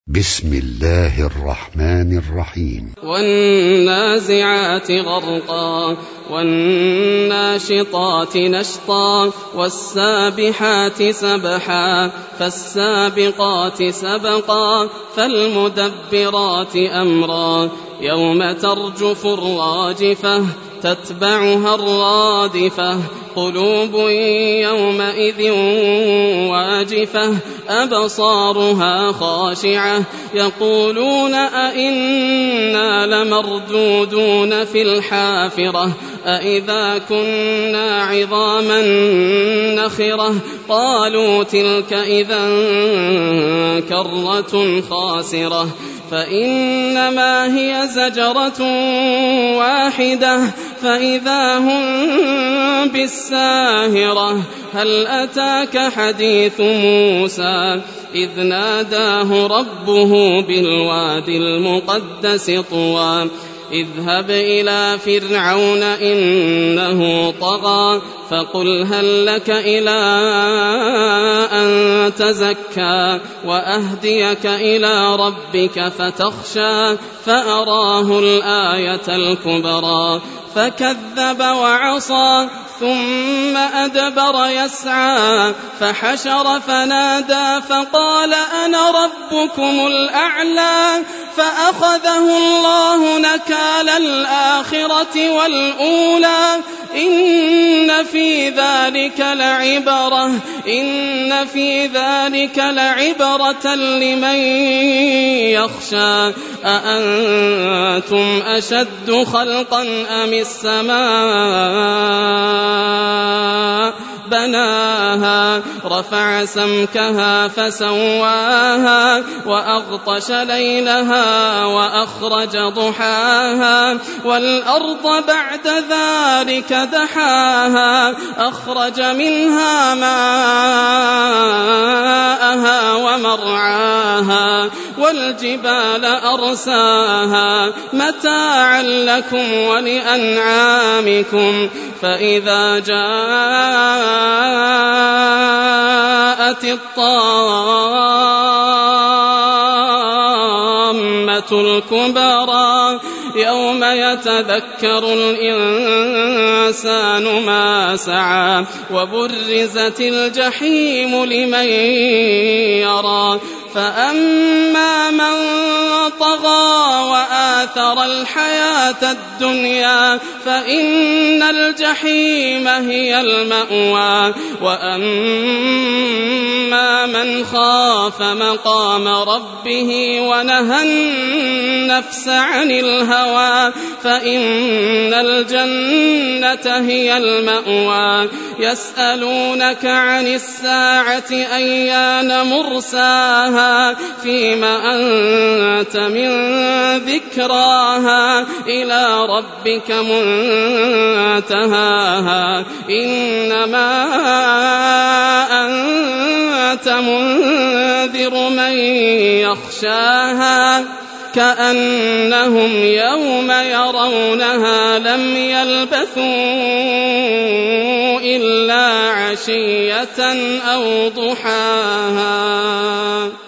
بسم الله الرحمن الرحيم. والنازعات غرقا والناشطات نشطا والسابحات سبحا فالسابقات سبقا فالمدبرات أمرا يوم ترجف الراجفة تتبعها الرادفة قلوب يومئذ واجفة أبصارها خاشعة يقولون أئنا لمردودون في الحافرة أئذا كنا عظاما نخرة قالوا تلك إذا كرة خاسرة فإنما هي زجرة واحدة فإذا هم بالساهرة هل أتاك حديث موسى إذ ناداه ربه بالوادي المقدس طوى اذهب إلى فرعون إنه طغى فقل هل لك إلى أن تزكى وأهديك إلى ربك فتخشى فأراه الآية الكبرى فكذب وعصى ثم أدبر يسعى فحشر فنادى فقال أنا ربكم الأعلى فأخذه الله نكال الآخرة والأولى إن في ذلك لعبرة لمن يخشى أأنتم أشد خلقا أم السماء بناها رفع سمكها فسواها وأغطش ليلها وأخرج ضحاها والأرض بعد ذلك دحاها أخرج منها ماءها ومرعاها والجبال أرساها متاعا لكم ولأنعامكم فإذا جاءت الطامة الكبرى يوم يتذكر الإنسان ما سعى وبرزت الجحيم لمن يرى فأما من طغى وآثر الحياة الدنيا فإن الجحيم هي المأوى وأما من خاف مقام ربه ونهى النفس عن الهوى فإن الجنة هي المأوى يسألونك عن الساعة أيان مرساها فيما أنت من ذكراها إلى ربك منتهاها إنما أنت منذر من يخشاها كأنهم يوم يرونها لم يلبثوا إلا عشية أو ضحاها.